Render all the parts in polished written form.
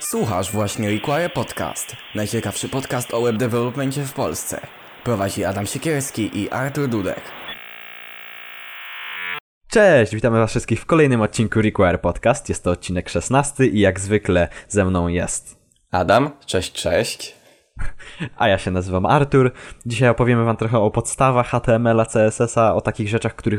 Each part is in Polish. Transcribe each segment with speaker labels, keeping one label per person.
Speaker 1: Słuchasz właśnie Require Podcast, najciekawszy podcast o web developmencie w Polsce. Prowadzi Adam Siekierski i Artur Dudek.
Speaker 2: Cześć, witamy was wszystkich w kolejnym odcinku Require Podcast. Jest to odcinek 16 i jak zwykle ze mną jest
Speaker 1: Adam, cześć.
Speaker 2: A ja się nazywam Artur. Dzisiaj opowiemy wam trochę o podstawach HTML-a, CSS-a, o takich rzeczach, które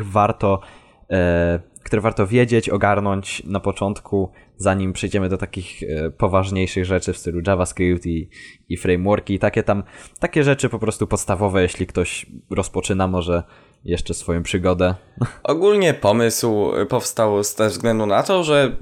Speaker 2: warto wiedzieć, ogarnąć na początku, zanim przejdziemy do takich poważniejszych rzeczy w stylu JavaScript i frameworki i takie rzeczy po prostu podstawowe, jeśli ktoś rozpoczyna może jeszcze swoją przygodę.
Speaker 1: Ogólnie pomysł powstał ze względu na to, że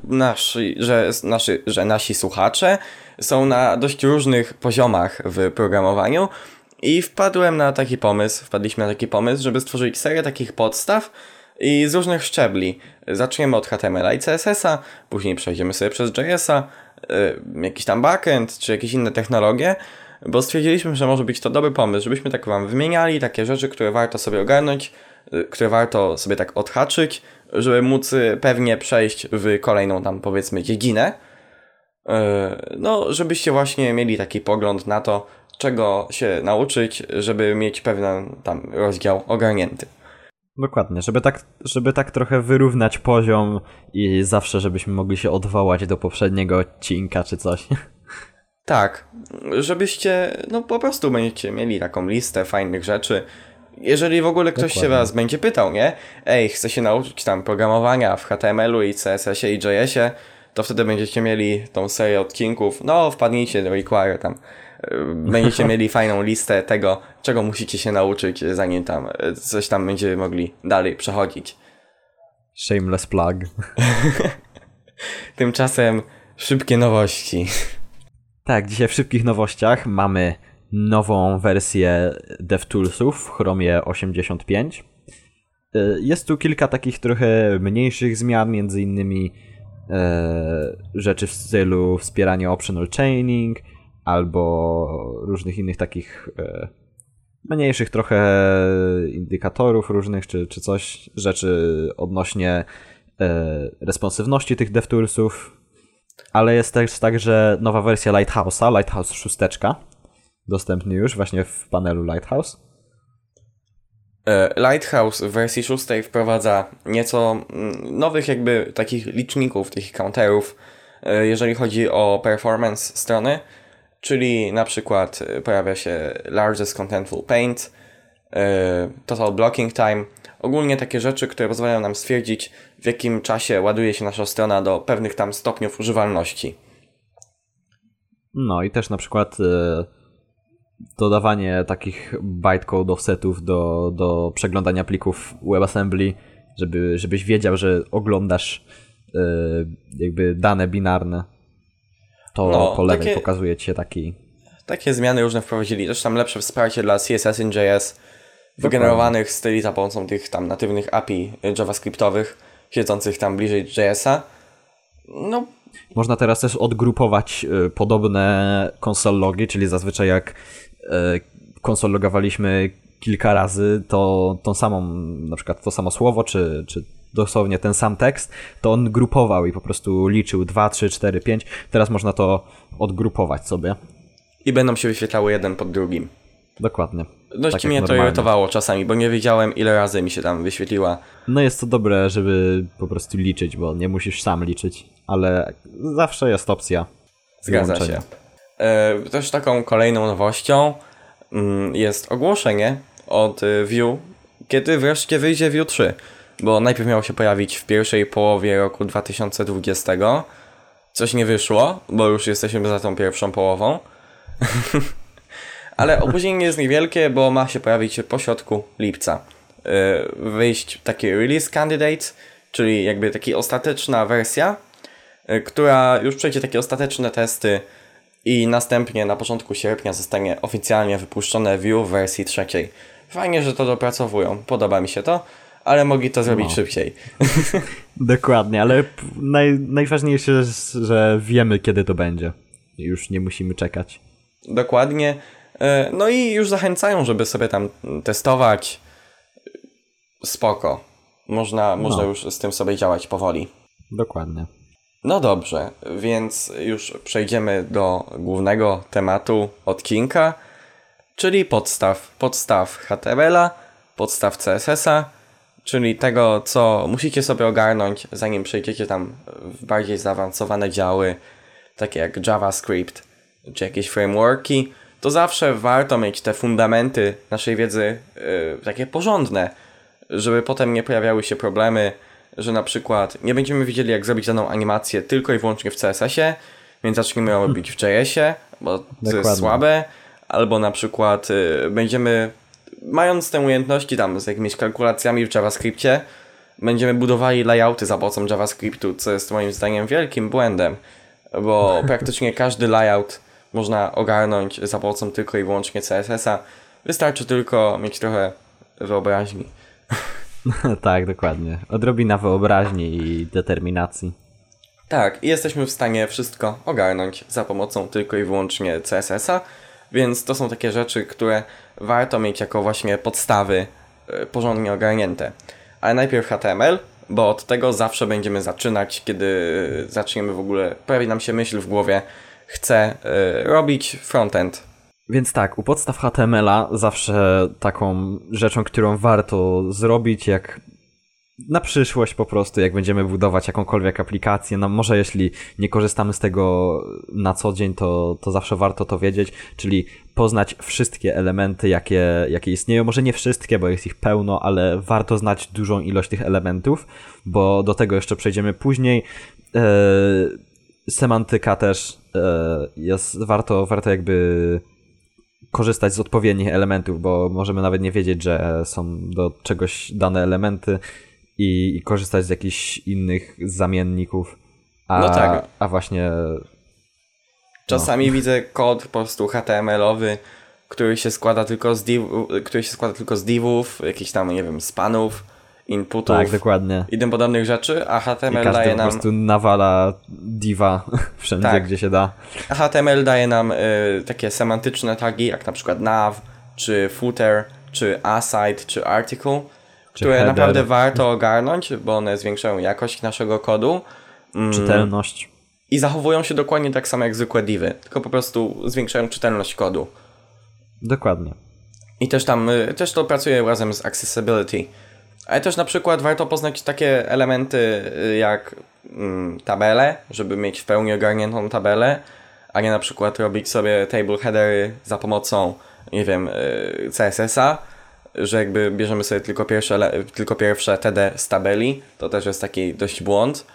Speaker 1: nasi słuchacze są na dość różnych poziomach w programowaniu i wpadliśmy na taki pomysł, żeby stworzyć serię takich podstaw i z różnych szczebli. Zaczniemy od HTML-a i CSS-a, później przejdziemy sobie przez JS-a, jakiś tam backend, czy jakieś inne technologie, bo stwierdziliśmy, że może być to dobry pomysł, żebyśmy tak wam wymieniali takie rzeczy, które warto sobie ogarnąć, które warto sobie tak odhaczyć, żeby móc pewnie przejść w kolejną tam powiedzmy dziedzinę. No, żebyście właśnie mieli taki pogląd na to, czego się nauczyć, żeby mieć pewien tam rozdział ogarnięty.
Speaker 2: Dokładnie, żeby tak trochę wyrównać poziom i zawsze żebyśmy mogli się odwołać do poprzedniego odcinka czy coś.
Speaker 1: Tak, żebyście po prostu będziecie mieli taką listę fajnych rzeczy. Jeżeli w ogóle ktoś się was będzie pytał, nie? Chcę się nauczyć tam programowania w HTML-u i CSS-ie i JS-ie, to wtedy będziecie mieli tą serię odcinków. Wpadnijcie do Require tam. Będziecie mieli fajną listę tego, czego musicie się nauczyć, zanim tam coś tam będziemy mogli dalej przechodzić.
Speaker 2: Shameless plug.
Speaker 1: Tymczasem szybkie nowości.
Speaker 2: Tak, dzisiaj w szybkich nowościach mamy nową wersję DevToolsów w Chromie 85. Jest tu kilka takich trochę mniejszych zmian, między innymi rzeczy w stylu wspierania optional chaining albo różnych innych takich mniejszych trochę indykatorów różnych czy coś, rzeczy odnośnie responsywności tych DevToolsów, ale jest też także nowa wersja Lighthouse'a, Lighthouse 6, dostępny już właśnie w panelu Lighthouse.
Speaker 1: Lighthouse w wersji 6 wprowadza nieco nowych jakby takich liczników, tych counterów, jeżeli chodzi o performance strony, czyli na przykład pojawia się Largest Contentful Paint, Total Blocking Time, ogólnie takie rzeczy, które pozwalają nam stwierdzić, w jakim czasie ładuje się nasza strona do pewnych tam stopniów używalności.
Speaker 2: No i też na przykład dodawanie takich bytecode offsetów do przeglądania plików WebAssembly, żebyś wiedział, że oglądasz jakby dane binarne. To po lewej pokazuje ci się taki...
Speaker 1: Takie zmiany różne wprowadzili. Też tam lepsze wsparcie dla CSS in JS, wygenerowanych styli za pomocą tych tam natywnych API javascriptowych, siedzących tam bliżej JS-a.
Speaker 2: Można teraz też odgrupować podobne console logi, czyli zazwyczaj jak console logowaliśmy kilka razy, to tą samą, na przykład to samo słowo, czy dosłownie ten sam tekst, to on grupował i po prostu liczył 2, 3, 4, 5. Teraz można to odgrupować sobie.
Speaker 1: I będą się wyświetlały jeden pod drugim.
Speaker 2: Dokładnie.
Speaker 1: Dość tak mnie to irytowało czasami, bo nie wiedziałem, ile razy mi się tam wyświetliła.
Speaker 2: No jest to dobre, żeby po prostu liczyć, bo nie musisz sam liczyć, ale zawsze jest opcja.
Speaker 1: Zgadza się. Też taką kolejną nowością jest ogłoszenie od Vue, kiedy wreszcie wyjdzie Vue 3, bo najpierw miało się pojawić w pierwszej połowie roku 2020. Coś nie wyszło, bo już jesteśmy za tą pierwszą połową. Ale opóźnienie jest niewielkie, bo ma się pojawić po środku lipca. Wyjść taki release candidate, czyli jakby taka ostateczna wersja, która już przejdzie takie ostateczne testy i następnie na początku sierpnia zostanie oficjalnie wypuszczone Vue w wersji 3. Fajnie, że to dopracowują, podoba mi się to, ale mogli to zrobić szybciej.
Speaker 2: Dokładnie, ale najważniejsze jest, że wiemy, kiedy to będzie. Już nie musimy czekać.
Speaker 1: Dokładnie. No i już zachęcają, żeby sobie tam testować. Spoko. Można już z tym sobie działać powoli.
Speaker 2: Dokładnie.
Speaker 1: No dobrze, więc już przejdziemy do głównego tematu odcinka, czyli podstaw HTML-a, podstaw CSS-a, czyli tego, co musicie sobie ogarnąć, zanim przejdziecie tam w bardziej zaawansowane działy, takie jak JavaScript czy jakieś frameworki. To zawsze warto mieć te fundamenty naszej wiedzy takie porządne, żeby potem nie pojawiały się problemy, że na przykład nie będziemy wiedzieli, jak zrobić daną animację tylko i wyłącznie w CSS-ie, więc zaczniemy ją robić w JS-ie, bo to jest słabe, albo na przykład będziemy, mając te umiejętności tam z jakimiś kalkulacjami w JavaScriptie, będziemy budowali layouty za pomocą JavaScriptu, co jest moim zdaniem wielkim błędem, bo praktycznie każdy layout można ogarnąć za pomocą tylko i wyłącznie CSS-a. Wystarczy tylko mieć trochę wyobraźni.
Speaker 2: Tak, dokładnie. Odrobina wyobraźni i determinacji.
Speaker 1: Tak, i jesteśmy w stanie wszystko ogarnąć za pomocą tylko i wyłącznie CSS-a, więc to są takie rzeczy, które warto mieć jako właśnie podstawy porządnie ogarnięte. Ale najpierw HTML, bo od tego zawsze będziemy zaczynać, kiedy zaczniemy w ogóle, pojawi nam się myśl w głowie, chcę robić frontend.
Speaker 2: Więc tak, u podstaw HTML-a zawsze taką rzeczą, którą warto zrobić, jak na przyszłość po prostu, jak będziemy budować jakąkolwiek aplikację, no może jeśli nie korzystamy z tego na co dzień, to zawsze warto to wiedzieć, czyli poznać wszystkie elementy, jakie istnieją. Może nie wszystkie, bo jest ich pełno, ale warto znać dużą ilość tych elementów, bo do tego jeszcze przejdziemy później. Semantyka też jest, warto jakby korzystać z odpowiednich elementów, bo możemy nawet nie wiedzieć, że są do czegoś dane elementy i korzystać z jakichś innych zamienników.
Speaker 1: No tak.
Speaker 2: A właśnie...
Speaker 1: Czasami widzę kod po prostu HTML-owy, który się składa tylko z divów, jakichś tam, nie wiem, spanów, inputów.
Speaker 2: Tak, dokładnie.
Speaker 1: I tym podobnych rzeczy, a HTML daje nam...
Speaker 2: po prostu nawala diva wszędzie, tak, gdzie się da.
Speaker 1: A HTML daje nam takie semantyczne tagi, jak na przykład nav, czy footer, czy aside, czy article, które header. Naprawdę warto ogarnąć, bo one zwiększają jakość naszego kodu.
Speaker 2: Czytelność.
Speaker 1: I zachowują się dokładnie tak samo jak zwykłe divy, tylko po prostu zwiększają czytelność kodu.
Speaker 2: Dokładnie.
Speaker 1: I też to pracuje razem z accessibility. Ale też na przykład warto poznać takie elementy jak tabele, żeby mieć w pełni ogarniętą tabelę, a nie na przykład robić sobie table headery za pomocą, nie wiem, CSS-a, że jakby bierzemy sobie tylko pierwsze TD z tabeli. To też jest taki dość błąd.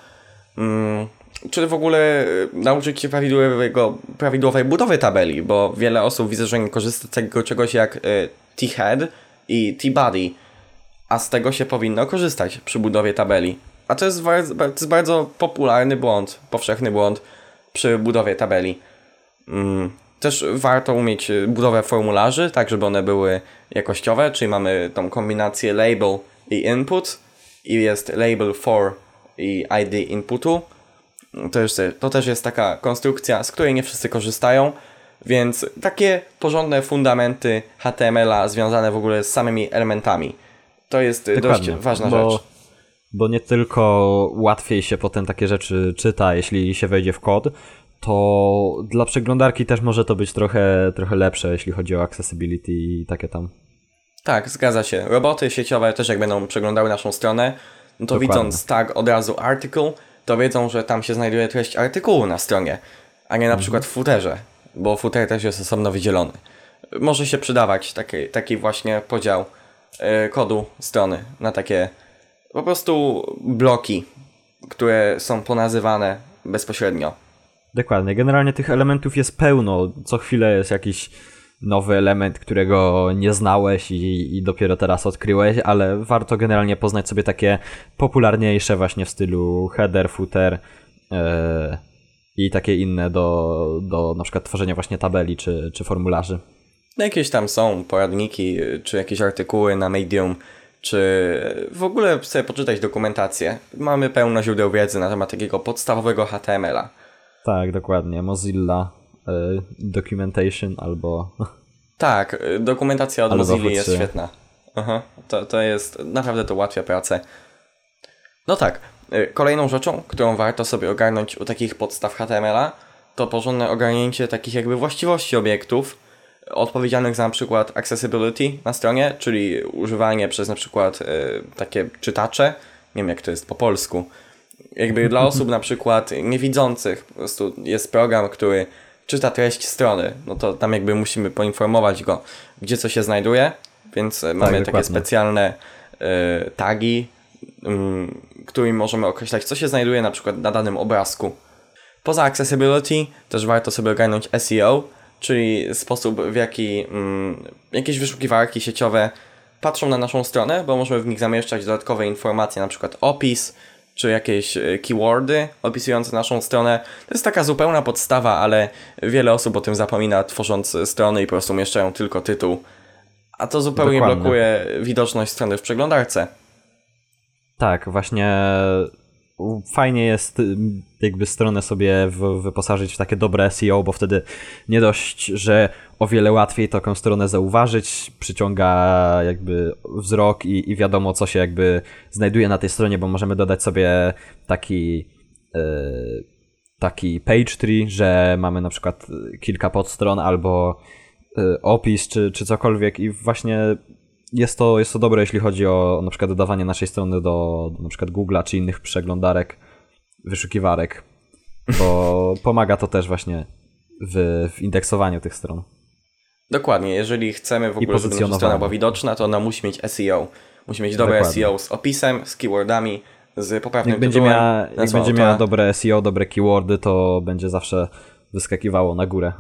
Speaker 1: Czy w ogóle nauczyć się prawidłowej budowy tabeli, bo wiele osób widzę, że nie korzysta z takiego czegoś jak T-head i T-body, a z tego się powinno korzystać przy budowie tabeli. A to jest bardzo popularny błąd, powszechny błąd przy budowie tabeli. Też warto umieć budowę formularzy, tak żeby one były jakościowe, czyli mamy tą kombinację label i input i jest label for i ID inputu. To też jest taka konstrukcja, z której nie wszyscy korzystają, więc takie porządne fundamenty HTML-a związane w ogóle z samymi elementami. To jest dość ważna rzecz.
Speaker 2: Bo nie tylko łatwiej się potem takie rzeczy czyta, jeśli się wejdzie w kod, to dla przeglądarki też może to być trochę lepsze, jeśli chodzi o accessibility i takie tam.
Speaker 1: Tak, zgadza się. Roboty sieciowe też jak będą przeglądały naszą stronę, no to widząc tag od razu article, to wiedzą, że tam się znajduje treść artykułu na stronie, a nie na przykład w footerze, bo footer też jest osobno wydzielony. Może się przydawać taki właśnie podział kodu strony na takie po prostu bloki, które są ponazywane bezpośrednio.
Speaker 2: Dokładnie. Generalnie tych elementów jest pełno. Co chwilę jest jakiś nowy element, którego nie znałeś i dopiero teraz odkryłeś, ale warto generalnie poznać sobie takie popularniejsze właśnie w stylu header, footer i takie inne do na przykład tworzenia właśnie tabeli czy formularzy.
Speaker 1: Jakieś tam są poradniki, czy jakieś artykuły na Medium, czy w ogóle sobie poczytać dokumentację. Mamy pełno źródeł wiedzy na temat takiego podstawowego HTML-a.
Speaker 2: Tak, dokładnie. Mozilla Documentation albo...
Speaker 1: Tak, dokumentacja od Mozilla jest świetna. Aha, to jest, naprawdę to ułatwia pracę. No tak, Kolejną rzeczą, którą warto sobie ogarnąć u takich podstaw HTML-a, to porządne ogarnięcie takich jakby właściwości obiektów odpowiedzialnych za na przykład accessibility na stronie, czyli używanie przez na przykład takie czytacze, nie wiem jak to jest po polsku, jakby dla osób na przykład niewidzących, po prostu jest program, który czyta treść strony, no to tam jakby musimy poinformować go, gdzie co się znajduje, więc mamy takie specjalne tagi, którymi możemy określać, co się znajduje na przykład na danym obrazku. Poza accessibility też warto sobie ogarnąć SEO, czyli sposób, w jaki jakieś wyszukiwarki sieciowe patrzą na naszą stronę, bo możemy w nich zamieszczać dodatkowe informacje, na przykład opis, czy jakieś keywordy opisujące naszą stronę. To jest taka zupełna podstawa, ale wiele osób o tym zapomina, tworząc strony i po prostu umieszczają tylko tytuł. A to zupełnie blokuje widoczność strony w przeglądarce.
Speaker 2: Tak, właśnie fajnie jest jakby stronę sobie wyposażyć w takie dobre SEO, bo wtedy nie dość, że o wiele łatwiej taką stronę zauważyć, przyciąga jakby wzrok i wiadomo co się jakby znajduje na tej stronie, bo możemy dodać sobie taki page tree, że mamy na przykład kilka podstron albo opis czy cokolwiek i właśnie jest to dobre, jeśli chodzi o na przykład dodawanie naszej strony do na przykład Google'a czy innych przeglądarek, wyszukiwarek, bo pomaga to też właśnie w indeksowaniu tych stron.
Speaker 1: Dokładnie, jeżeli chcemy w ogóle, żeby nasza strona była widoczna, to ona musi mieć SEO. Musi mieć dobre SEO z opisem, z keywordami, z poprawnym tytułem.
Speaker 2: Jak będzie miała dobre SEO, dobre keywordy, to będzie zawsze wyskakiwało na górę.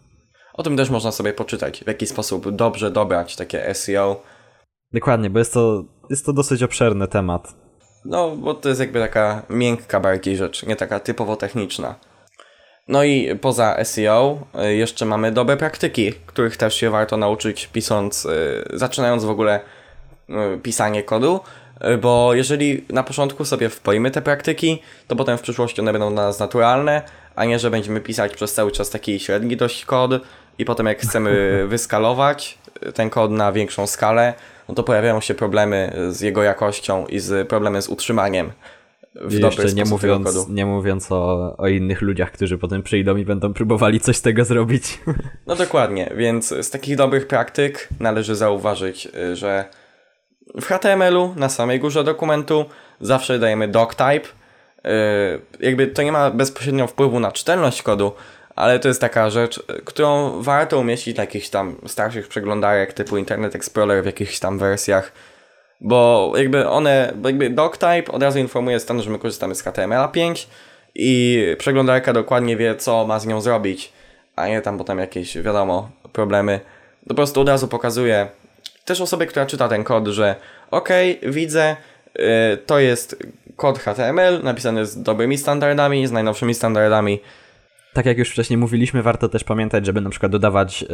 Speaker 1: O tym też można sobie poczytać, w jaki sposób dobrze dobrać takie SEO.
Speaker 2: Dokładnie, bo jest to dosyć obszerny temat.
Speaker 1: No, bo to jest jakby taka miękka bardziej rzecz, nie taka typowo techniczna. No i poza SEO jeszcze mamy dobre praktyki, których też się warto nauczyć zaczynając w ogóle pisanie kodu, bo jeżeli na początku sobie wpoimy te praktyki, to potem w przyszłości one będą dla nas naturalne, a nie, że będziemy pisać przez cały czas taki średni dość kod i potem jak chcemy wyskalować ten kod na większą skalę, no to pojawiają się problemy z jego jakością i problemy z utrzymaniem w dobry sposób tego kodu.
Speaker 2: Nie mówiąc o innych ludziach, którzy potem przyjdą i będą próbowali coś z tego zrobić.
Speaker 1: No dokładnie, więc z takich dobrych praktyk należy zauważyć, że w HTML-u na samej górze dokumentu zawsze dajemy doctype. Jakby to nie ma bezpośrednio wpływu na czytelność kodu, ale to jest taka rzecz, którą warto umieścić dla jakichś tam starszych przeglądarek typu Internet Explorer w jakichś tam wersjach, bo jakby doctype od razu informuje stron, że my korzystamy z HTML5 i przeglądarka dokładnie wie, co ma z nią zrobić, a nie tam potem jakieś, wiadomo, problemy. Po prostu od razu pokazuje też osobie, która czyta ten kod, że okej, widzę, to jest kod HTML napisany z dobrymi standardami, z najnowszymi standardami.
Speaker 2: Tak jak już wcześniej mówiliśmy, warto też pamiętać, żeby na przykład dodawać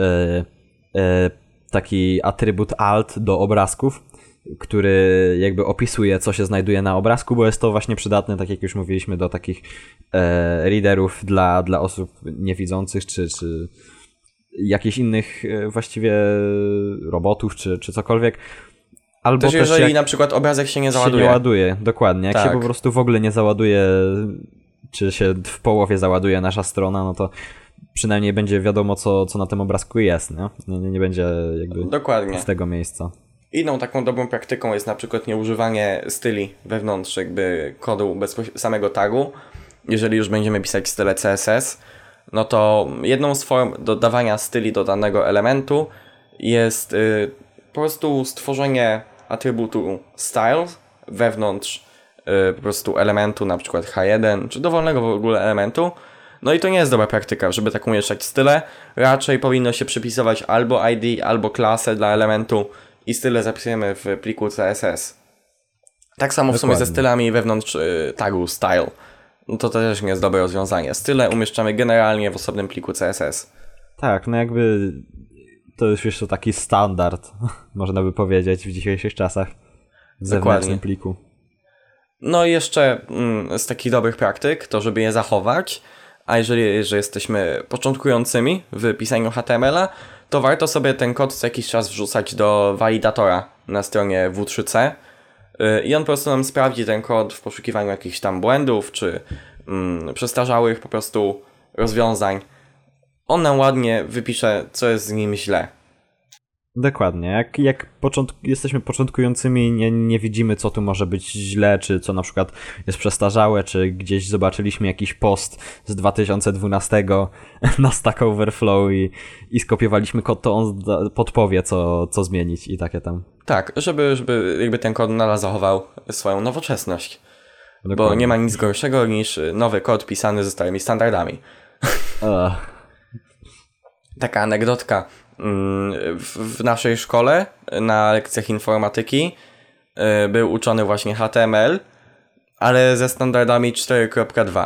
Speaker 2: taki atrybut alt do obrazków, który jakby opisuje, co się znajduje na obrazku, bo jest to właśnie przydatne, tak jak już mówiliśmy, do takich readerów dla osób niewidzących, czy jakichś innych właściwie robotów, czy cokolwiek. Albo
Speaker 1: też jeżeli na przykład obrazek się nie załaduje.
Speaker 2: Się nie ładuje, dokładnie. Jak się po prostu w ogóle nie załaduje, czy się w połowie załaduje nasza strona, no to przynajmniej będzie wiadomo, co na tym obrazku jest, nie będzie jakby
Speaker 1: dokładnie
Speaker 2: z tego miejsca.
Speaker 1: Inną taką dobrą praktyką jest na przykład nieużywanie styli wewnątrz jakby kodu samego tagu. Jeżeli już będziemy pisać style CSS, no to jedną z form dodawania styli do danego elementu jest po prostu stworzenie atrybutu style wewnątrz po prostu elementu, na przykład H1, czy dowolnego w ogóle elementu. No i to nie jest dobra praktyka, żeby tak umieszczać style. Raczej powinno się przypisywać albo ID, albo klasę dla elementu i style zapisujemy w pliku CSS. Tak samo w sumie ze stylami wewnątrz tagu style. No to też nie jest dobre rozwiązanie. Style umieszczamy generalnie w osobnym pliku CSS.
Speaker 2: Tak, no jakby to jest już taki standard, można by powiedzieć, w dzisiejszych czasach w zewnętrznym pliku.
Speaker 1: No i jeszcze z takich dobrych praktyk, to żeby je zachować, a jeżeli jesteśmy początkującymi w pisaniu HTML-a, to warto sobie ten kod co jakiś czas wrzucać do walidatora na stronie W3C, i on po prostu nam sprawdzi ten kod w poszukiwaniu jakichś tam błędów, czy przestarzałych po prostu rozwiązań. On nam ładnie wypisze, co jest z nim źle.
Speaker 2: Dokładnie. Jak jesteśmy początkującymi i nie widzimy, co tu może być źle, czy co na przykład jest przestarzałe, czy gdzieś zobaczyliśmy jakiś post z 2012 na Stack Overflow i skopiowaliśmy kod, to on podpowie, co zmienić i takie tam.
Speaker 1: Tak, żeby jakby ten kod nadal zachował swoją nowoczesność. Dokładnie. Bo nie ma nic gorszego niż nowy kod pisany ze starymi standardami. Taka anegdotka. W naszej szkole na lekcjach informatyki był uczony właśnie HTML, ale ze standardami 4.2.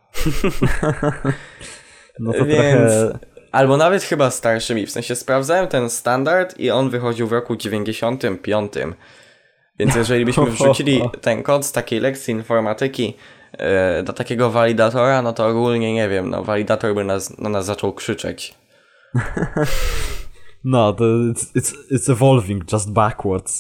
Speaker 2: No to trochę...
Speaker 1: Albo nawet chyba starszymi. W sensie sprawdzałem ten standard i on wychodził w roku 95. Więc jeżeli byśmy wrzucili ten kod z takiej lekcji informatyki do takiego walidatora, no to ogólnie nie wiem, no walidator by na nas zaczął krzyczeć.
Speaker 2: No, it's evolving just backwards.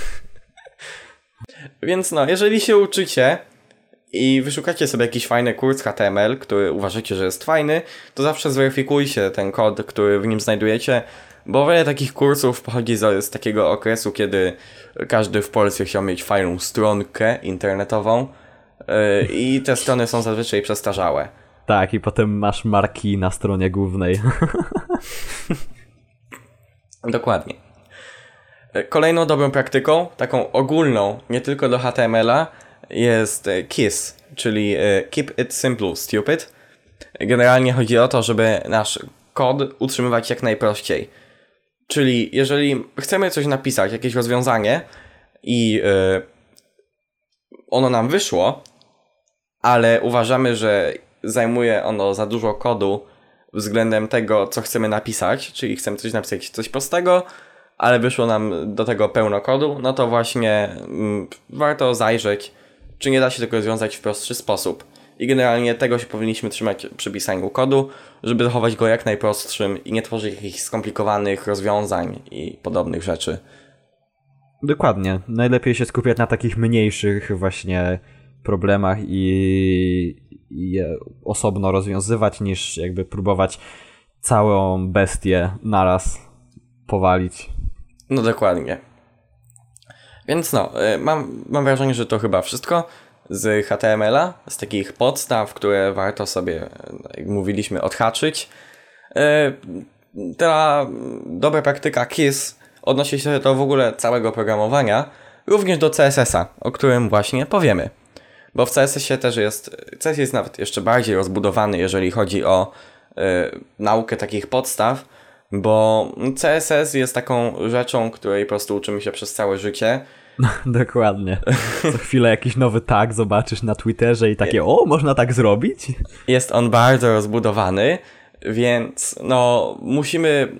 Speaker 1: Więc no, jeżeli się uczycie i wyszukacie sobie jakiś fajny kurs HTML, który uważacie, że jest fajny, to zawsze zweryfikujcie ten kod, który w nim znajdujecie, bo wiele takich kursów pochodzi z takiego okresu, kiedy każdy w Polsce chciał mieć fajną stronkę internetową i te strony są zazwyczaj przestarzałe.
Speaker 2: Tak, i potem masz marki na stronie głównej.
Speaker 1: Dokładnie. Kolejną dobrą praktyką, taką ogólną, nie tylko do HTML-a, jest KISS, czyli Keep It Simple Stupid. Generalnie chodzi o to, żeby nasz kod utrzymywać jak najprościej. Czyli jeżeli chcemy coś napisać, jakieś rozwiązanie i ono nam wyszło, ale uważamy, że zajmuje ono za dużo kodu względem tego, co chcemy napisać, czyli chcemy coś napisać, coś prostego, ale wyszło nam do tego pełno kodu, no to właśnie warto zajrzeć, czy nie da się tego rozwiązać w prostszy sposób. I generalnie tego się powinniśmy trzymać przy pisaniu kodu, żeby zachować go jak najprostszym i nie tworzyć jakichś skomplikowanych rozwiązań i podobnych rzeczy.
Speaker 2: Dokładnie. Najlepiej się skupiać na takich mniejszych właśnie problemach i je osobno rozwiązywać, niż jakby próbować całą bestię naraz powalić. No
Speaker 1: dokładnie. Więc no, mam wrażenie, że to chyba wszystko z HTML-a, z takich podstaw, które warto sobie, jak mówiliśmy, odhaczyć. Ta dobra praktyka KISS odnosi się do w ogóle całego programowania, również do CSS-a, o którym właśnie powiemy. Bo w CSS-ie też CSS jest nawet jeszcze bardziej rozbudowany, jeżeli chodzi o naukę takich podstaw, bo CSS jest taką rzeczą, której po prostu uczymy się przez całe życie.
Speaker 2: Dokładnie. Co chwilę jakiś nowy tag zobaczysz na Twitterze i takie, o, można tak zrobić?
Speaker 1: Jest on bardzo rozbudowany, więc no musimy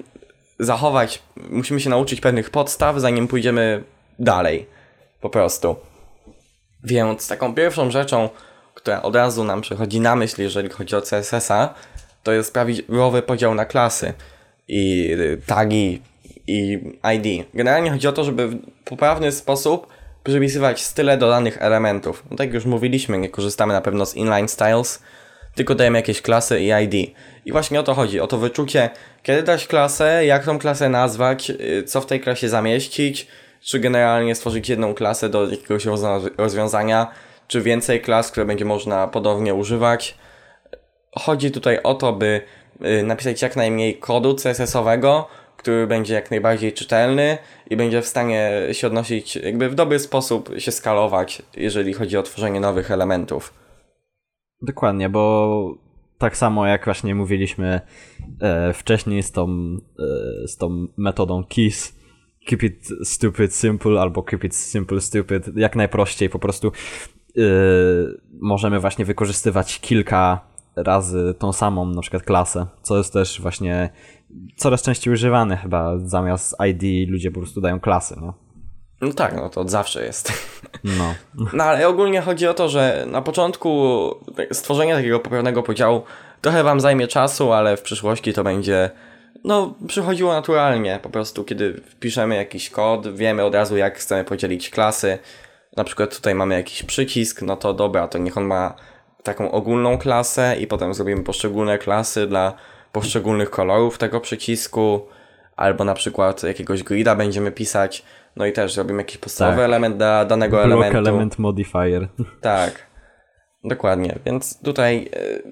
Speaker 1: się nauczyć pewnych podstaw, zanim pójdziemy dalej. Po prostu. Więc taką pierwszą rzeczą, która od razu nam przychodzi na myśl, jeżeli chodzi o CSS-a, to jest prawidłowy podział na klasy i tagi i ID. Generalnie chodzi o to, żeby w poprawny sposób przypisywać style do danych elementów. No tak jak już mówiliśmy, nie korzystamy na pewno z inline styles, tylko dajemy jakieś klasy i ID. I właśnie o to chodzi, o to wyczucie, kiedy dać klasę, jak tą klasę nazwać, co w tej klasie zamieścić, czy generalnie stworzyć jedną klasę do jakiegoś rozwiązania, czy więcej klas, które będzie można podobnie używać. Chodzi tutaj o to, by napisać jak najmniej kodu CSS-owego, który będzie jak najbardziej czytelny i będzie w stanie się odnosić, jakby w dobry sposób się skalować, jeżeli chodzi o tworzenie nowych elementów.
Speaker 2: Dokładnie, bo tak samo jak właśnie mówiliśmy wcześniej z tą metodą KISS, keep it stupid simple albo keep it simple stupid, jak najprościej po prostu możemy właśnie wykorzystywać kilka razy tą samą na przykład klasę, co jest też właśnie coraz częściej używane chyba, zamiast ID ludzie po prostu dają klasy, no.
Speaker 1: No tak, no to od zawsze jest. No ale ogólnie chodzi o to, że na początku stworzenie takiego poprawnego podziału trochę wam zajmie czasu, ale w przyszłości to będzie przychodziło naturalnie. Po prostu kiedy wpiszemy jakiś kod, wiemy od razu jak chcemy podzielić klasy. Na przykład tutaj mamy jakiś przycisk, no to dobra, to niech on ma taką ogólną klasę i potem zrobimy poszczególne klasy dla poszczególnych kolorów tego przycisku, albo na przykład jakiegoś grida będziemy pisać, no i też zrobimy jakiś podstawowy element dla danego elementu.
Speaker 2: Block element modifier.
Speaker 1: Tak, dokładnie, więc tutaj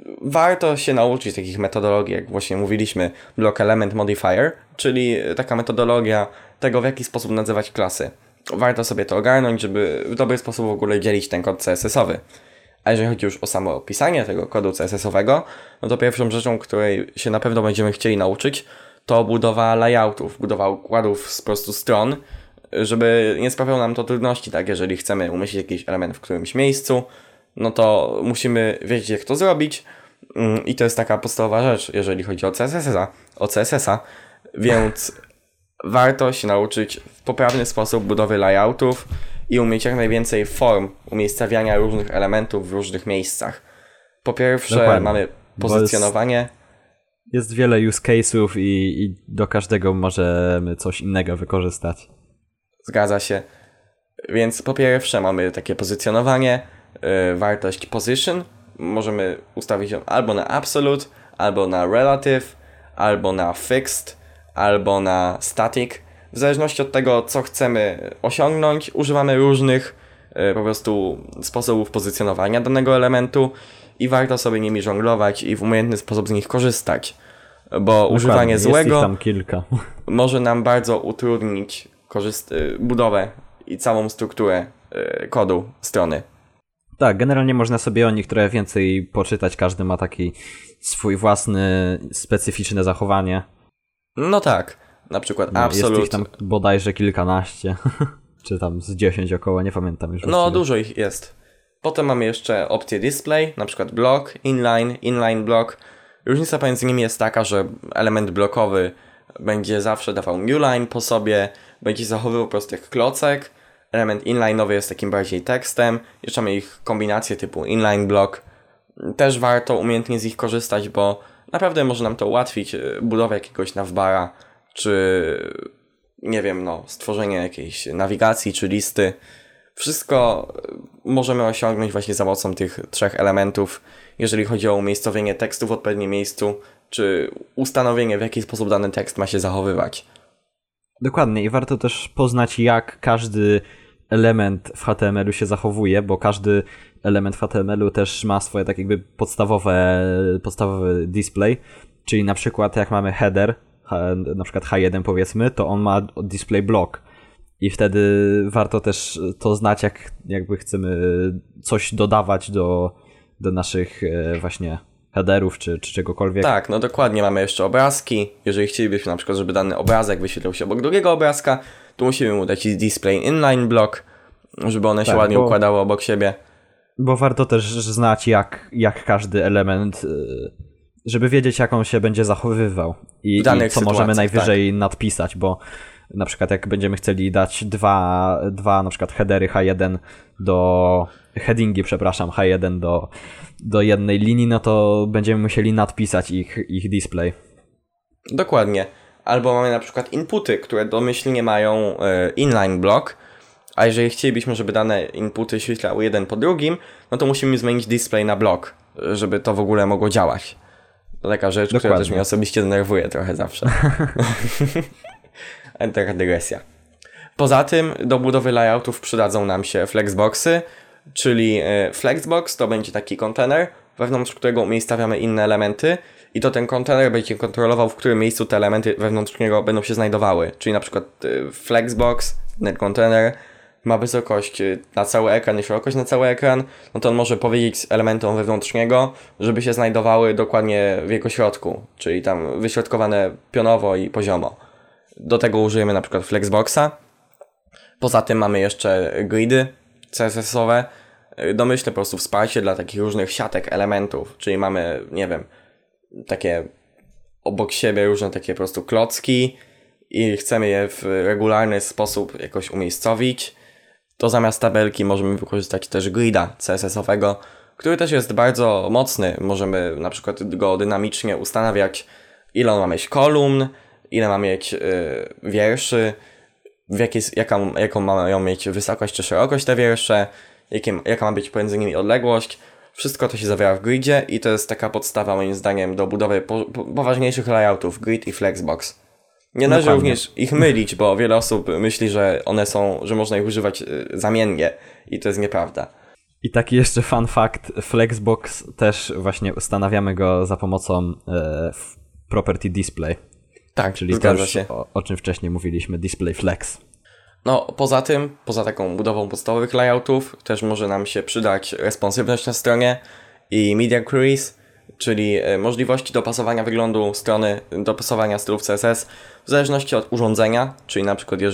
Speaker 1: warto się nauczyć takich metodologii, jak właśnie mówiliśmy, block element modifier, czyli taka metodologia tego, w jaki sposób nazywać klasy. Warto sobie to ogarnąć, żeby w dobry sposób w ogóle dzielić ten kod CSS-owy. A jeżeli chodzi już o samo opisanie tego kodu CSS-owego, no to pierwszą rzeczą, której się na pewno będziemy chcieli nauczyć, to budowa layoutów, budowa układów z prostu stron, żeby nie sprawiało nam to trudności, tak? Jeżeli chcemy umieścić jakiś element w którymś miejscu, no to musimy wiedzieć, jak to zrobić i to jest taka podstawowa rzecz, jeżeli chodzi o CSS-a, więc warto się nauczyć w poprawny sposób budowy layoutów i umieć jak najwięcej form umiejscawiania różnych elementów w różnych miejscach. Po pierwsze
Speaker 2: Dokładnie.
Speaker 1: mamy pozycjonowanie.
Speaker 2: Jest wiele use case'ów i do każdego możemy coś innego wykorzystać.
Speaker 1: Zgadza się. Więc po pierwsze mamy takie pozycjonowanie, wartość position. Możemy ustawić ją albo na absolute, albo na relative, albo na fixed, albo na static. W zależności od tego, co chcemy osiągnąć, używamy różnych po prostu sposobów pozycjonowania danego elementu i warto sobie nimi żonglować i w umiejętny sposób z nich korzystać. Bo używanie złego
Speaker 2: jest ich tam kilka.
Speaker 1: może nam bardzo utrudnić budowę i całą strukturę kodu strony.
Speaker 2: Tak, generalnie można sobie o nich trochę więcej poczytać. Każdy ma taki swój własny, specyficzne zachowanie.
Speaker 1: No tak, na przykład absolute.
Speaker 2: Jest ich tam bodajże kilkanaście, czy tam z 10 około, nie pamiętam już.
Speaker 1: No
Speaker 2: właściwie.
Speaker 1: dużo ich jest. Potem mamy jeszcze opcję display, na przykład block, inline block. Różnica pomiędzy nimi jest taka, że element blokowy będzie zawsze dawał newline po sobie, będzie zachowywał po prostu jak klocek. Element inline'owy jest takim bardziej tekstem. Jeszcze mamy ich kombinację typu inline block. Też warto umiejętnie z ich korzystać, bo naprawdę może nam to ułatwić budowę jakiegoś navbara, czy nie wiem, stworzenie jakiejś nawigacji, czy listy. Wszystko możemy osiągnąć właśnie za pomocą tych 3 elementów, jeżeli chodzi o umiejscowienie tekstu w odpowiednim miejscu, czy ustanowienie, w jaki sposób dany tekst ma się zachowywać.
Speaker 2: Dokładnie i warto też poznać, jak każdy element w HTML-u się zachowuje, bo każdy element w HTML-u też ma swoje tak jakby podstawowy display, czyli na przykład jak mamy header, na przykład H1 powiedzmy, to on ma display block i wtedy warto też to znać, jakby chcemy coś dodawać do naszych właśnie headerów czy czegokolwiek.
Speaker 1: Tak, no dokładnie, mamy jeszcze obrazki. Jeżeli chcielibyśmy na przykład, żeby dany obrazek wyświetlał się obok drugiego obrazka, to musimy mu dać display inline block, żeby one się ładnie układały obok siebie.
Speaker 2: Bo warto też znać, jak każdy element, żeby wiedzieć, jak on się będzie zachowywał i co możemy najwyżej nadpisać, bo na przykład jak będziemy chcieli dać dwa na przykład headery headingi H1 do jednej linii, no to będziemy musieli nadpisać ich display.
Speaker 1: Dokładnie. Albo mamy na przykład inputy, które domyślnie mają inline block, a jeżeli chcielibyśmy, żeby dane inputy świetlały jeden po drugim, no to musimy zmienić display na block, żeby to w ogóle mogło działać. To taka rzecz,
Speaker 2: Dokładnie.
Speaker 1: która też mnie osobiście denerwuje trochę zawsze. Taka dygresja. Poza tym do budowy layoutów przydadzą nam się flexboxy, czyli flexbox to będzie taki kontener, wewnątrz którego umiejscawiamy inne elementy i to ten kontener będzie kontrolował, w którym miejscu te elementy wewnątrz niego będą się znajdowały. Czyli na przykład flexbox, ten kontener ma wysokość na cały ekran i szerokość na cały ekran, no to on może powiedzieć elementom wewnątrz niego, żeby się znajdowały dokładnie w jego środku, czyli tam wyśrodkowane pionowo i poziomo. Do tego użyjemy na przykład flexboxa. Poza tym mamy jeszcze gridy CSS-owe. Domyślne po prostu wsparcie dla takich różnych siatek elementów, czyli mamy, nie wiem, takie obok siebie różne takie po prostu klocki i chcemy je w regularny sposób jakoś umiejscowić, to zamiast tabelki możemy wykorzystać też grida CSS-owego, który też jest bardzo mocny. Możemy na przykład go dynamicznie ustanawiać, ile on ma mieć kolumn, ile ma mieć wierszy, jaką mają mieć wysokość czy szerokość te wiersze, jaka ma być pomiędzy nimi odległość. Wszystko to się zawiera w gridzie i to jest taka podstawa moim zdaniem do budowy poważniejszych layoutów, grid i flexbox. Nie należy również ich mylić, bo wiele osób myśli, że że można ich używać zamiennie i to jest nieprawda.
Speaker 2: I taki jeszcze fun fact, flexbox też właśnie ustanawiamy go za pomocą property display.
Speaker 1: Tak,
Speaker 2: czyli
Speaker 1: zgadza się.
Speaker 2: O czym wcześniej mówiliśmy, display flex.
Speaker 1: No, poza taką budową podstawowych layoutów, też może nam się przydać responsywność na stronie i media queries, czyli możliwości dopasowania wyglądu strony, dopasowania stylów CSS w zależności od urządzenia, czyli na przykład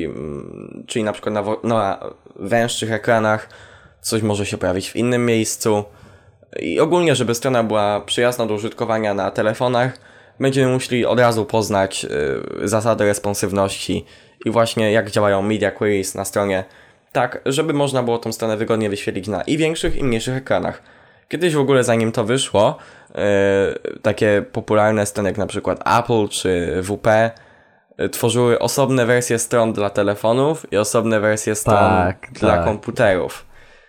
Speaker 1: na węższych ekranach coś może się pojawić w innym miejscu i ogólnie, żeby strona była przyjazna do użytkowania na telefonach, będziemy musieli od razu poznać zasady responsywności i właśnie jak działają media queries na stronie, tak żeby można było tą stronę wygodnie wyświetlić na i większych i mniejszych ekranach. Kiedyś w ogóle zanim to wyszło, takie popularne strony jak na przykład Apple czy WP tworzyły osobne wersje stron dla telefonów i osobne wersje stron dla komputerów.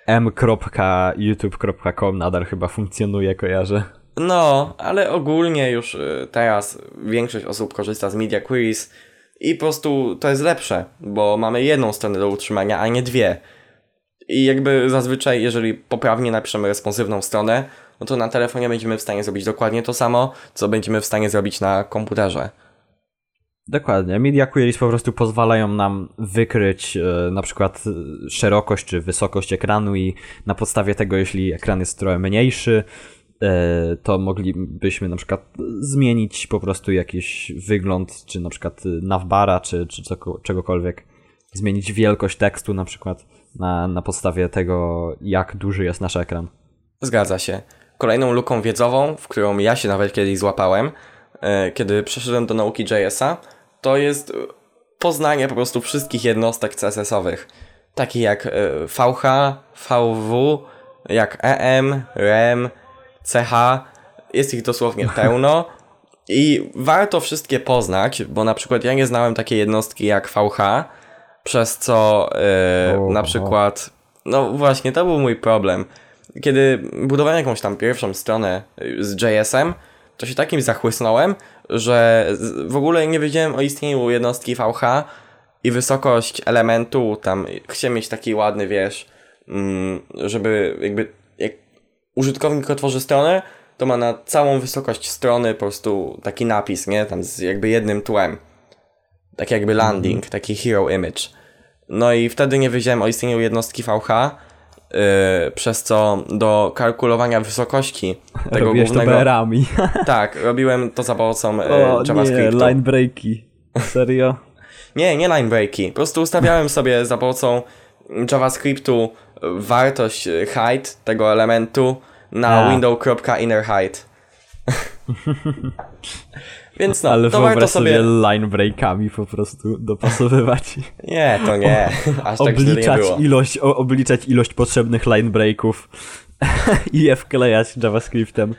Speaker 2: m.youtube.com nadal chyba funkcjonuje, kojarzę.
Speaker 1: No, ale ogólnie już teraz większość osób korzysta z media queries i po prostu to jest lepsze, bo mamy jedną stronę do utrzymania, a nie dwie. I jakby zazwyczaj, jeżeli poprawnie napiszemy responsywną stronę, no to na telefonie będziemy w stanie zrobić dokładnie to samo, co będziemy w stanie zrobić na komputerze.
Speaker 2: Dokładnie. Media queries po prostu pozwalają nam wykryć na przykład szerokość czy wysokość ekranu i na podstawie tego, jeśli ekran jest trochę mniejszy, to moglibyśmy na przykład zmienić po prostu jakiś wygląd, czy na przykład navbara, czy czegokolwiek. Zmienić wielkość tekstu na przykład na podstawie tego, jak duży jest nasz ekran.
Speaker 1: Zgadza się. Kolejną luką wiedzową, w którą ja się nawet kiedyś złapałem, kiedy przeszedłem do nauki JS-a, to jest poznanie po prostu wszystkich jednostek CSS-owych. Takich jak VH, VW, jak EM, REM, CH. Jest ich dosłownie pełno i warto wszystkie poznać, bo na przykład ja nie znałem takiej jednostki jak VH, przez co na przykład, no właśnie, to był mój problem. Kiedy budowałem jakąś tam pierwszą stronę z JS-em, to się takim zachłysnąłem, że w ogóle nie wiedziałem o istnieniu jednostki VH i wysokość elementu, tam chciałem mieć taki ładny, żeby jakby jak użytkownik otworzy stronę, to ma na całą wysokość strony po prostu taki napis, nie? Tam z jakby jednym tłem. Tak jakby landing, taki hero image. No i wtedy nie wiedziałem o istnieniu jednostki VH, przez co do kalkulowania wysokości tego
Speaker 2: robiłeś
Speaker 1: głównego...
Speaker 2: to BR-ami.
Speaker 1: Tak, robiłem to za pomocą JavaScriptu.
Speaker 2: Nie, line breaki. Serio?
Speaker 1: Nie line breaki. Po prostu ustawiałem sobie za pomocą JavaScriptu wartość height tego elementu na window.innerHeight. Więc no,
Speaker 2: ale
Speaker 1: to warto sobie
Speaker 2: line breakami po prostu dopasowywać.
Speaker 1: Nie, to nie. Aż tak źle nie było.
Speaker 2: Obliczać ilość potrzebnych line breaków i je wklejać JavaScriptem.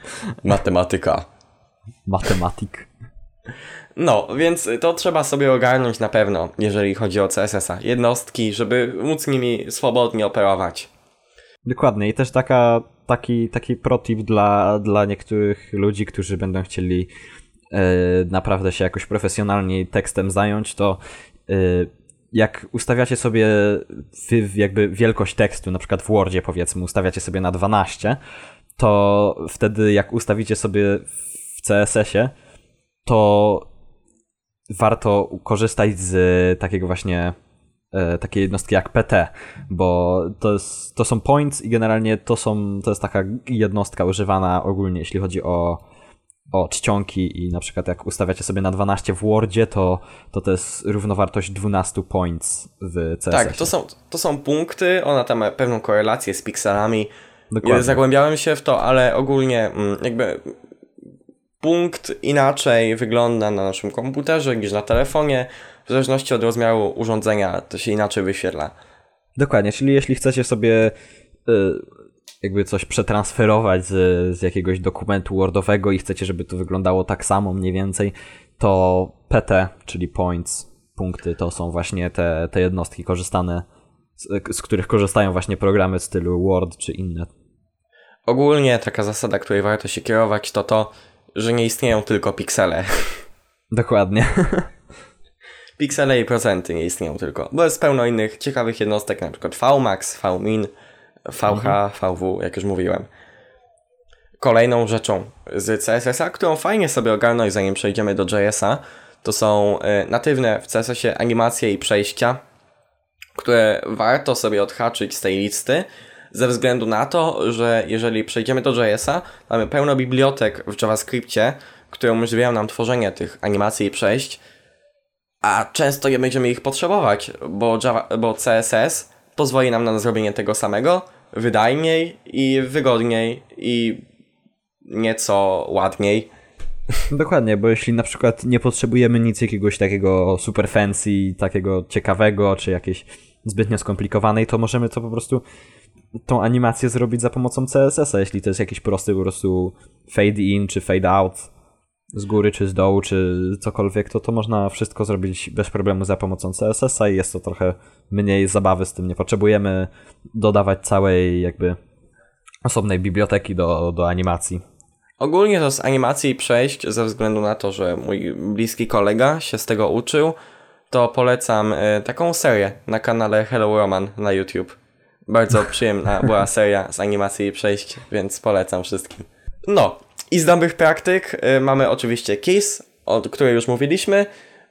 Speaker 2: Matematyk.
Speaker 1: No, więc to trzeba sobie ogarnąć na pewno, jeżeli chodzi o CSS-a. Jednostki, żeby móc nimi swobodnie operować.
Speaker 2: Dokładnie. I też taki pro-tip dla niektórych ludzi, którzy będą chcieli naprawdę się jakoś profesjonalnie tekstem zająć, to jak ustawiacie sobie jakby wielkość tekstu, na przykład w Wordzie powiedzmy, ustawiacie sobie na 12, to wtedy jak ustawicie sobie w CSS-ie, to warto korzystać z takiego właśnie takiej jednostki jak PT, bo to są points i generalnie to jest taka jednostka używana ogólnie, jeśli chodzi o czcionki i na przykład jak ustawiacie sobie na 12 w Wordzie, to jest równowartość 12 points w CSS.
Speaker 1: Tak, to są punkty, ona tam ma pewną korelację z pikselami.
Speaker 2: Dokładnie.
Speaker 1: Zagłębiałem się w to, ale ogólnie jakby punkt inaczej wygląda na naszym komputerze niż na telefonie. W zależności od rozmiaru urządzenia to się inaczej wyświetla.
Speaker 2: Dokładnie, czyli jeśli chcecie sobie jakby coś przetransferować z jakiegoś dokumentu Wordowego i chcecie, żeby to wyglądało tak samo mniej więcej, to PT, czyli points, punkty to są właśnie te jednostki korzystane, z których korzystają właśnie programy w stylu Word czy inne.
Speaker 1: Ogólnie taka zasada, której warto się kierować, to, że nie istnieją tylko piksele.
Speaker 2: Dokładnie.
Speaker 1: Piksele i procenty nie istnieją tylko, bo jest pełno innych ciekawych jednostek, na przykład Vmax, Vmin, VH, VW, jak już mówiłem. Kolejną rzeczą z CSS-a, którą fajnie sobie ogarnąć, zanim przejdziemy do JS-a, to są natywne w CSS-ie animacje i przejścia, które warto sobie odhaczyć z tej listy, ze względu na to, że jeżeli przejdziemy do JS-a, mamy pełno bibliotek w JavaScriptie, które umożliwiają nam tworzenie tych animacji i przejść, a często nie będziemy ich potrzebować, bo CSS pozwoli nam na zrobienie tego samego wydajniej i wygodniej i nieco ładniej.
Speaker 2: Dokładnie, bo jeśli na przykład nie potrzebujemy nic jakiegoś takiego super fancy, takiego ciekawego, czy jakiejś zbytnio skomplikowanej, to możemy to po prostu tą animację zrobić za pomocą CSS-a, jeśli to jest jakiś prosty po prostu fade in, czy fade out z góry, czy z dołu, czy cokolwiek, to można wszystko zrobić bez problemu za pomocą CSS-a i jest to trochę mniej zabawy z tym. Nie potrzebujemy dodawać całej jakby osobnej biblioteki do animacji.
Speaker 1: Ogólnie to z animacji i przejść, ze względu na to, że mój bliski kolega się z tego uczył, to polecam taką serię na kanale Hello Roman na YouTube. Bardzo przyjemna była seria z animacji i przejść, więc polecam wszystkim. No, i z dobrych praktyk mamy oczywiście KISS, o której już mówiliśmy,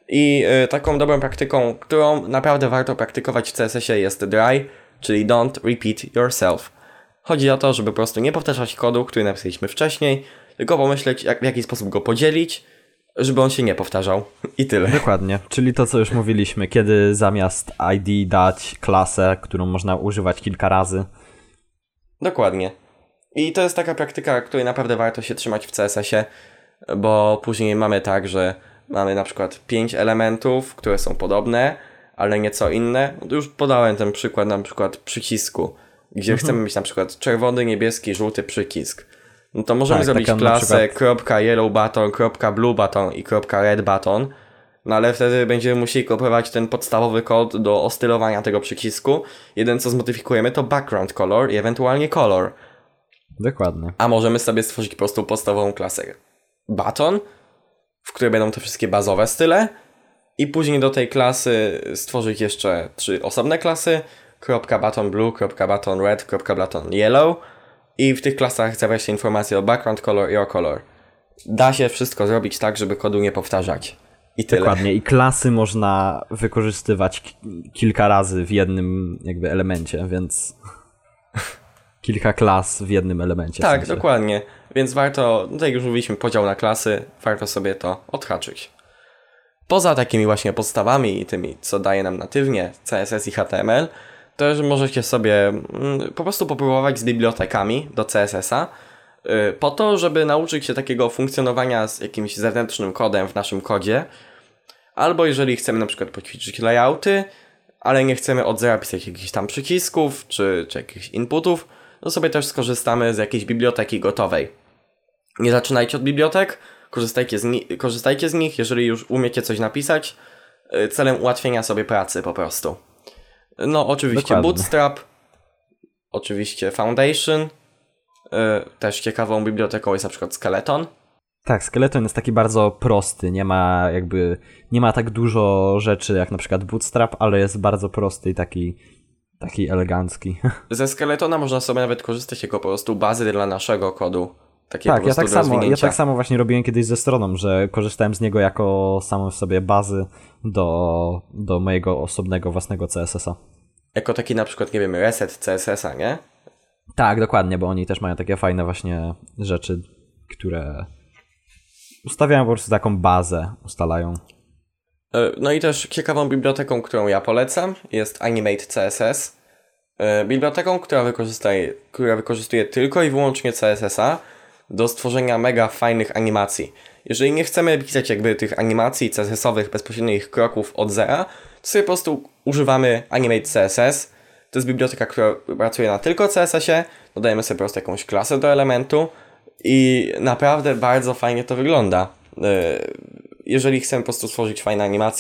Speaker 1: i taką dobrą praktyką, którą naprawdę warto praktykować w CSS-ie jest dry, czyli don't repeat yourself. Chodzi o to, żeby po prostu nie powtarzać kodu, który napisaliśmy wcześniej, tylko pomyśleć, w jaki sposób go podzielić, żeby on się nie powtarzał. I tyle.
Speaker 2: Dokładnie. Czyli to, co już mówiliśmy, kiedy zamiast ID dać klasę, którą można używać kilka razy.
Speaker 1: Dokładnie. I to jest taka praktyka, której naprawdę warto się trzymać w CSS-ie, bo później mamy tak, że mamy na przykład 5 elementów, które są podobne, ale nieco inne. Już podałem ten przykład, na przykład przycisku, gdzie chcemy mieć na przykład czerwony, niebieski, żółty przycisk. No to możemy zrobić klasę .yellowButton, .blueButton i .redButton, no ale wtedy będziemy musieli kopiować ten podstawowy kod do ostylowania tego przycisku. Jeden co zmodyfikujemy to background color i ewentualnie color.
Speaker 2: Dokładnie.
Speaker 1: A możemy sobie stworzyć po prostu podstawową klasę button, w której będą te wszystkie bazowe style i później do tej klasy stworzyć jeszcze 3 osobne klasy .button blue, .button red, .button yellow i w tych klasach zawia się informacje o background color i o color. Da się wszystko zrobić tak, żeby kodu nie powtarzać. I tyle.
Speaker 2: Dokładnie. I klasy można wykorzystywać kilka razy w jednym jakby elemencie, więc kilka klas w jednym elemencie.
Speaker 1: Tak,
Speaker 2: w sensie.
Speaker 1: dokładnie. Więc warto, tutaj już mówiliśmy podział na klasy, warto sobie to odhaczyć. Poza takimi właśnie podstawami i tymi, co daje nam natywnie CSS i HTML, też możecie sobie po prostu popróbować z bibliotekami do CSS-a po to, żeby nauczyć się takiego funkcjonowania z jakimś zewnętrznym kodem w naszym kodzie. Albo jeżeli chcemy na przykład poćwiczyć layouty, ale nie chcemy od zera pisać jakichś tam przycisków czy jakichś inputów, to sobie też skorzystamy z jakiejś biblioteki gotowej. Nie zaczynajcie od bibliotek, korzystajcie z nich, jeżeli już umiecie coś napisać, celem ułatwienia sobie pracy po prostu. No oczywiście
Speaker 2: Dokładnie.
Speaker 1: Bootstrap, oczywiście Foundation, też ciekawą biblioteką jest na przykład Skeleton.
Speaker 2: Tak, Skeleton jest taki bardzo prosty, nie ma tak dużo rzeczy jak na przykład Bootstrap, ale jest bardzo prosty i taki elegancki.
Speaker 1: Ze Skeletona można sobie nawet korzystać jako po prostu bazy dla naszego kodu. Takie
Speaker 2: Tak,
Speaker 1: po prostu
Speaker 2: ja tak samo właśnie robiłem kiedyś ze stroną, że korzystałem z niego jako samą w sobie bazy do mojego osobnego własnego CSS-a.
Speaker 1: Jako taki na przykład, nie wiem, reset CSS-a, nie?
Speaker 2: Tak, dokładnie, bo oni też mają takie fajne właśnie rzeczy, które ustawiają po prostu taką bazę, ustalają.
Speaker 1: No i też ciekawą biblioteką, którą ja polecam, jest Animate CSS. Biblioteką, która wykorzystuje tylko i wyłącznie CSS-a do stworzenia mega fajnych animacji. Jeżeli nie chcemy pisać jakby tych animacji CSS-owych, bezpośrednich kroków od zera, to sobie po prostu używamy Animate CSS. To jest biblioteka, która pracuje na tylko CSS-ie, dodajemy sobie po prostu jakąś klasę do elementu i naprawdę bardzo fajnie to wygląda. Jeżeli chcemy po prostu stworzyć fajne animacje,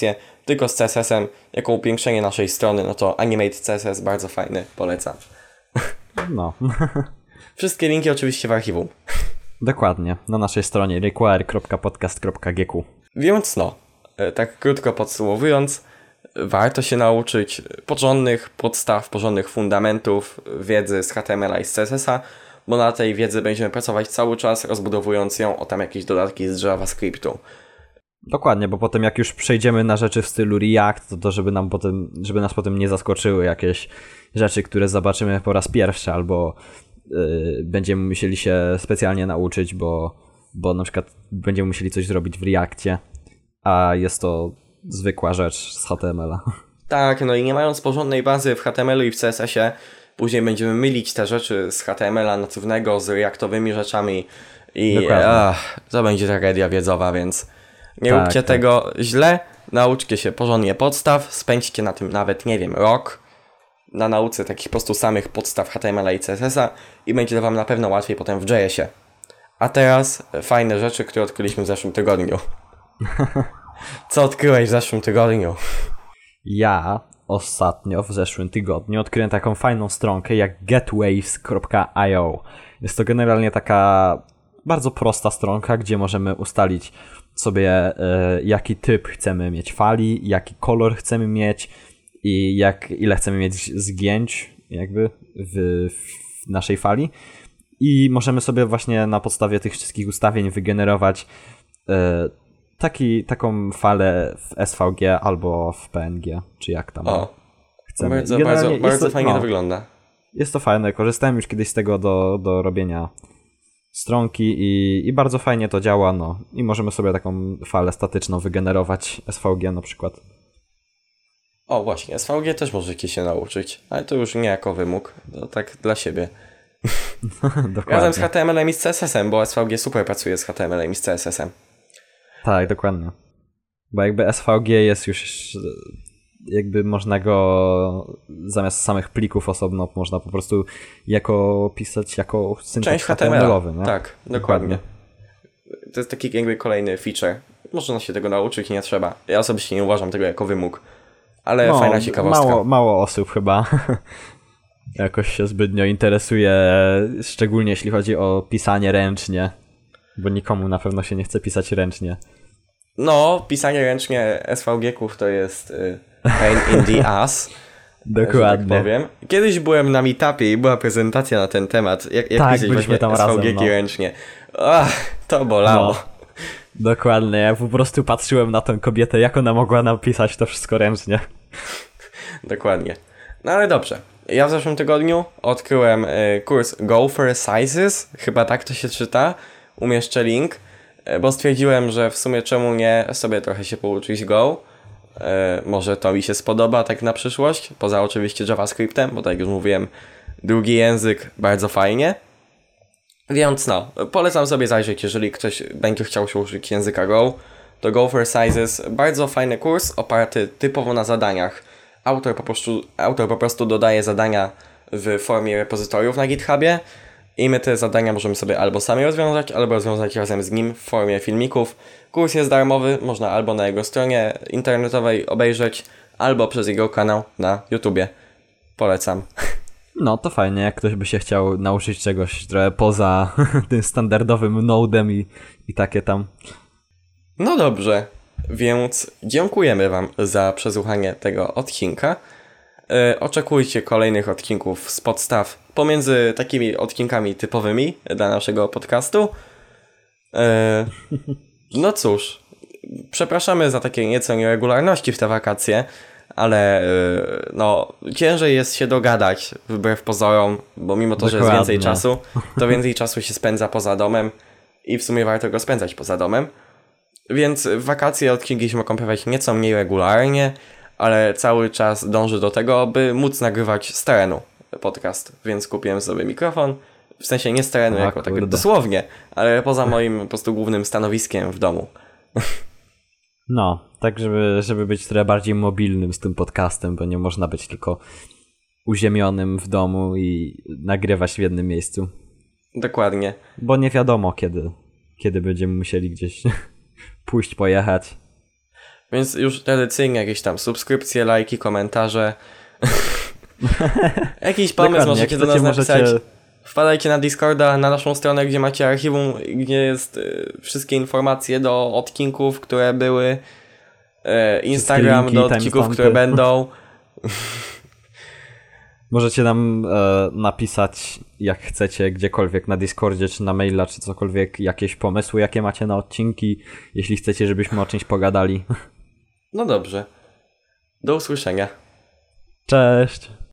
Speaker 1: tylko z CSS-em, jako upiększenie naszej strony, no to Animate CSS bardzo fajny, polecam.
Speaker 2: No.
Speaker 1: Wszystkie linki oczywiście w archiwum.
Speaker 2: Dokładnie, na naszej stronie require.podcast.gq.
Speaker 1: Więc no, tak krótko podsumowując, warto się nauczyć porządnych podstaw, porządnych fundamentów wiedzy z HTML-a i z CSS-a, bo na tej wiedzy będziemy pracować cały czas, rozbudowując ją o tam jakieś dodatki z JavaScriptu.
Speaker 2: Dokładnie, bo potem jak już przejdziemy na rzeczy w stylu React, to żeby nas potem nie zaskoczyły jakieś rzeczy, które zobaczymy po raz pierwszy, albo będziemy musieli się specjalnie nauczyć, bo na przykład będziemy musieli coś zrobić w Reactie, a jest to zwykła rzecz z HTML-a.
Speaker 1: Tak, no i nie mając porządnej bazy w HTML-u i w CSS-ie, później będziemy mylić te rzeczy z HTML-a natywnego z reaktowymi rzeczami i to będzie tragedia wiedzowa, więc nie róbcie tego źle, nauczcie się porządnie podstaw, spędźcie na tym nawet, nie wiem, rok na nauce takich po prostu samych podstaw HTML-a i CSS-a i będzie wam na pewno łatwiej potem w JS-ie. A teraz fajne rzeczy, które odkryliśmy w zeszłym tygodniu. Co odkryłeś w zeszłym tygodniu?
Speaker 2: Ja ostatnio w zeszłym tygodniu odkryłem taką fajną stronkę jak getwaves.io. Jest to generalnie taka bardzo prosta stronka, gdzie możemy ustalić sobie jaki typ chcemy mieć fali, jaki kolor chcemy mieć i ile chcemy mieć zgięć jakby w naszej fali. I możemy sobie właśnie na podstawie tych wszystkich ustawień wygenerować taką falę w SVG albo w PNG, czy jak tam chcemy.
Speaker 1: Bardzo fajnie to wygląda.
Speaker 2: Jest to fajne, korzystałem już kiedyś z tego do robienia stronki i bardzo fajnie to działa, no. I możemy sobie taką falę statyczną wygenerować, SVG na przykład.
Speaker 1: O właśnie, SVG też możecie się nauczyć, ale to już nie jako wymóg, to tak dla siebie. Razem z HTML-em i z CSS-em, bo SVG super pracuje z HTML-em i z CSS-em.
Speaker 2: Tak, dokładnie. Bo jakby SVG jest już, jakby można go zamiast samych plików osobno, można po prostu pisać jako synteks HTML-owy. Nie?
Speaker 1: Tak, dokładnie. To jest taki jakby kolejny feature. Można się tego nauczyć, nie trzeba. Ja osobiście nie uważam tego jako wymóg, ale fajna ciekawostka.
Speaker 2: Mało osób chyba jakoś się zbytnio interesuje, szczególnie jeśli chodzi o pisanie ręcznie. Bo nikomu na pewno się nie chce pisać ręcznie.
Speaker 1: No, pisanie ręcznie SVG-ków to jest pain in the ass.
Speaker 2: Dokładnie.
Speaker 1: Tak powiem. Kiedyś byłem na meetupie i była prezentacja na ten temat. Jak pisać właśnie SVG-ki ręcznie. To bolało.
Speaker 2: No, dokładnie. Ja po prostu patrzyłem na tę kobietę, jak ona mogła napisać to wszystko ręcznie.
Speaker 1: Dokładnie. No ale dobrze. Ja w zeszłym tygodniu odkryłem kurs Go for Sizes. Chyba tak to się czyta. Umieszczę link, bo stwierdziłem, że w sumie czemu nie sobie trochę się pouczyć Go. Może to mi się spodoba tak na przyszłość, poza oczywiście JavaScriptem, bo tak jak już mówiłem, drugi język bardzo fajnie. Więc no, polecam sobie zajrzeć, jeżeli ktoś będzie chciał się uczyć języka Go, to Go for Sizes, bardzo fajny kurs, oparty typowo na zadaniach. Autor po prostu dodaje zadania w formie repozytoriów na GitHubie i my te zadania możemy sobie albo sami rozwiązać, albo rozwiązać razem z nim w formie filmików. Kurs jest darmowy, można albo na jego stronie internetowej obejrzeć, albo przez jego kanał na YouTubie. Polecam.
Speaker 2: No to fajnie, jak ktoś by się chciał nauczyć czegoś trochę poza tym standardowym Node'em i takie tam.
Speaker 1: No dobrze, więc dziękujemy wam za przesłuchanie tego odcinka. Oczekujcie kolejnych odcinków z podstaw pomiędzy takimi odcinkami typowymi dla naszego podcastu. No cóż, przepraszamy za takie nieco nieregularności w te wakacje, ale no ciężej jest się dogadać wbrew pozorom, bo mimo to, że jest więcej czasu, to więcej czasu się spędza poza domem i w sumie warto go spędzać poza domem. Więc w wakacje odcinki się mogą pojawiać nieco mniej regularnie, ale cały czas dążę do tego, by móc nagrywać z terenu podcast, więc kupiłem sobie mikrofon, w sensie nie z terenu jako tak dosłownie, ale poza moim po prostu głównym stanowiskiem w domu.
Speaker 2: No, tak żeby być trochę bardziej mobilnym z tym podcastem, bo nie można być tylko uziemionym w domu i nagrywać w jednym miejscu.
Speaker 1: Dokładnie.
Speaker 2: Bo nie wiadomo kiedy będziemy musieli gdzieś pójść, pojechać.
Speaker 1: Więc już tradycyjnie jakieś tam subskrypcje, lajki, komentarze. Jakiś pomysł możecie do nas napisać. Wpadajcie na Discorda, na naszą stronę, gdzie macie archiwum, gdzie jest wszystkie informacje do odcinków, które były. Instagram do odcinków, które będą.
Speaker 2: Możecie nam napisać, jak chcecie, gdziekolwiek, na Discordzie, czy na maila, czy cokolwiek, jakieś pomysły, jakie macie na odcinki, jeśli chcecie, żebyśmy o czymś pogadali.
Speaker 1: No dobrze. Do usłyszenia.
Speaker 2: Cześć!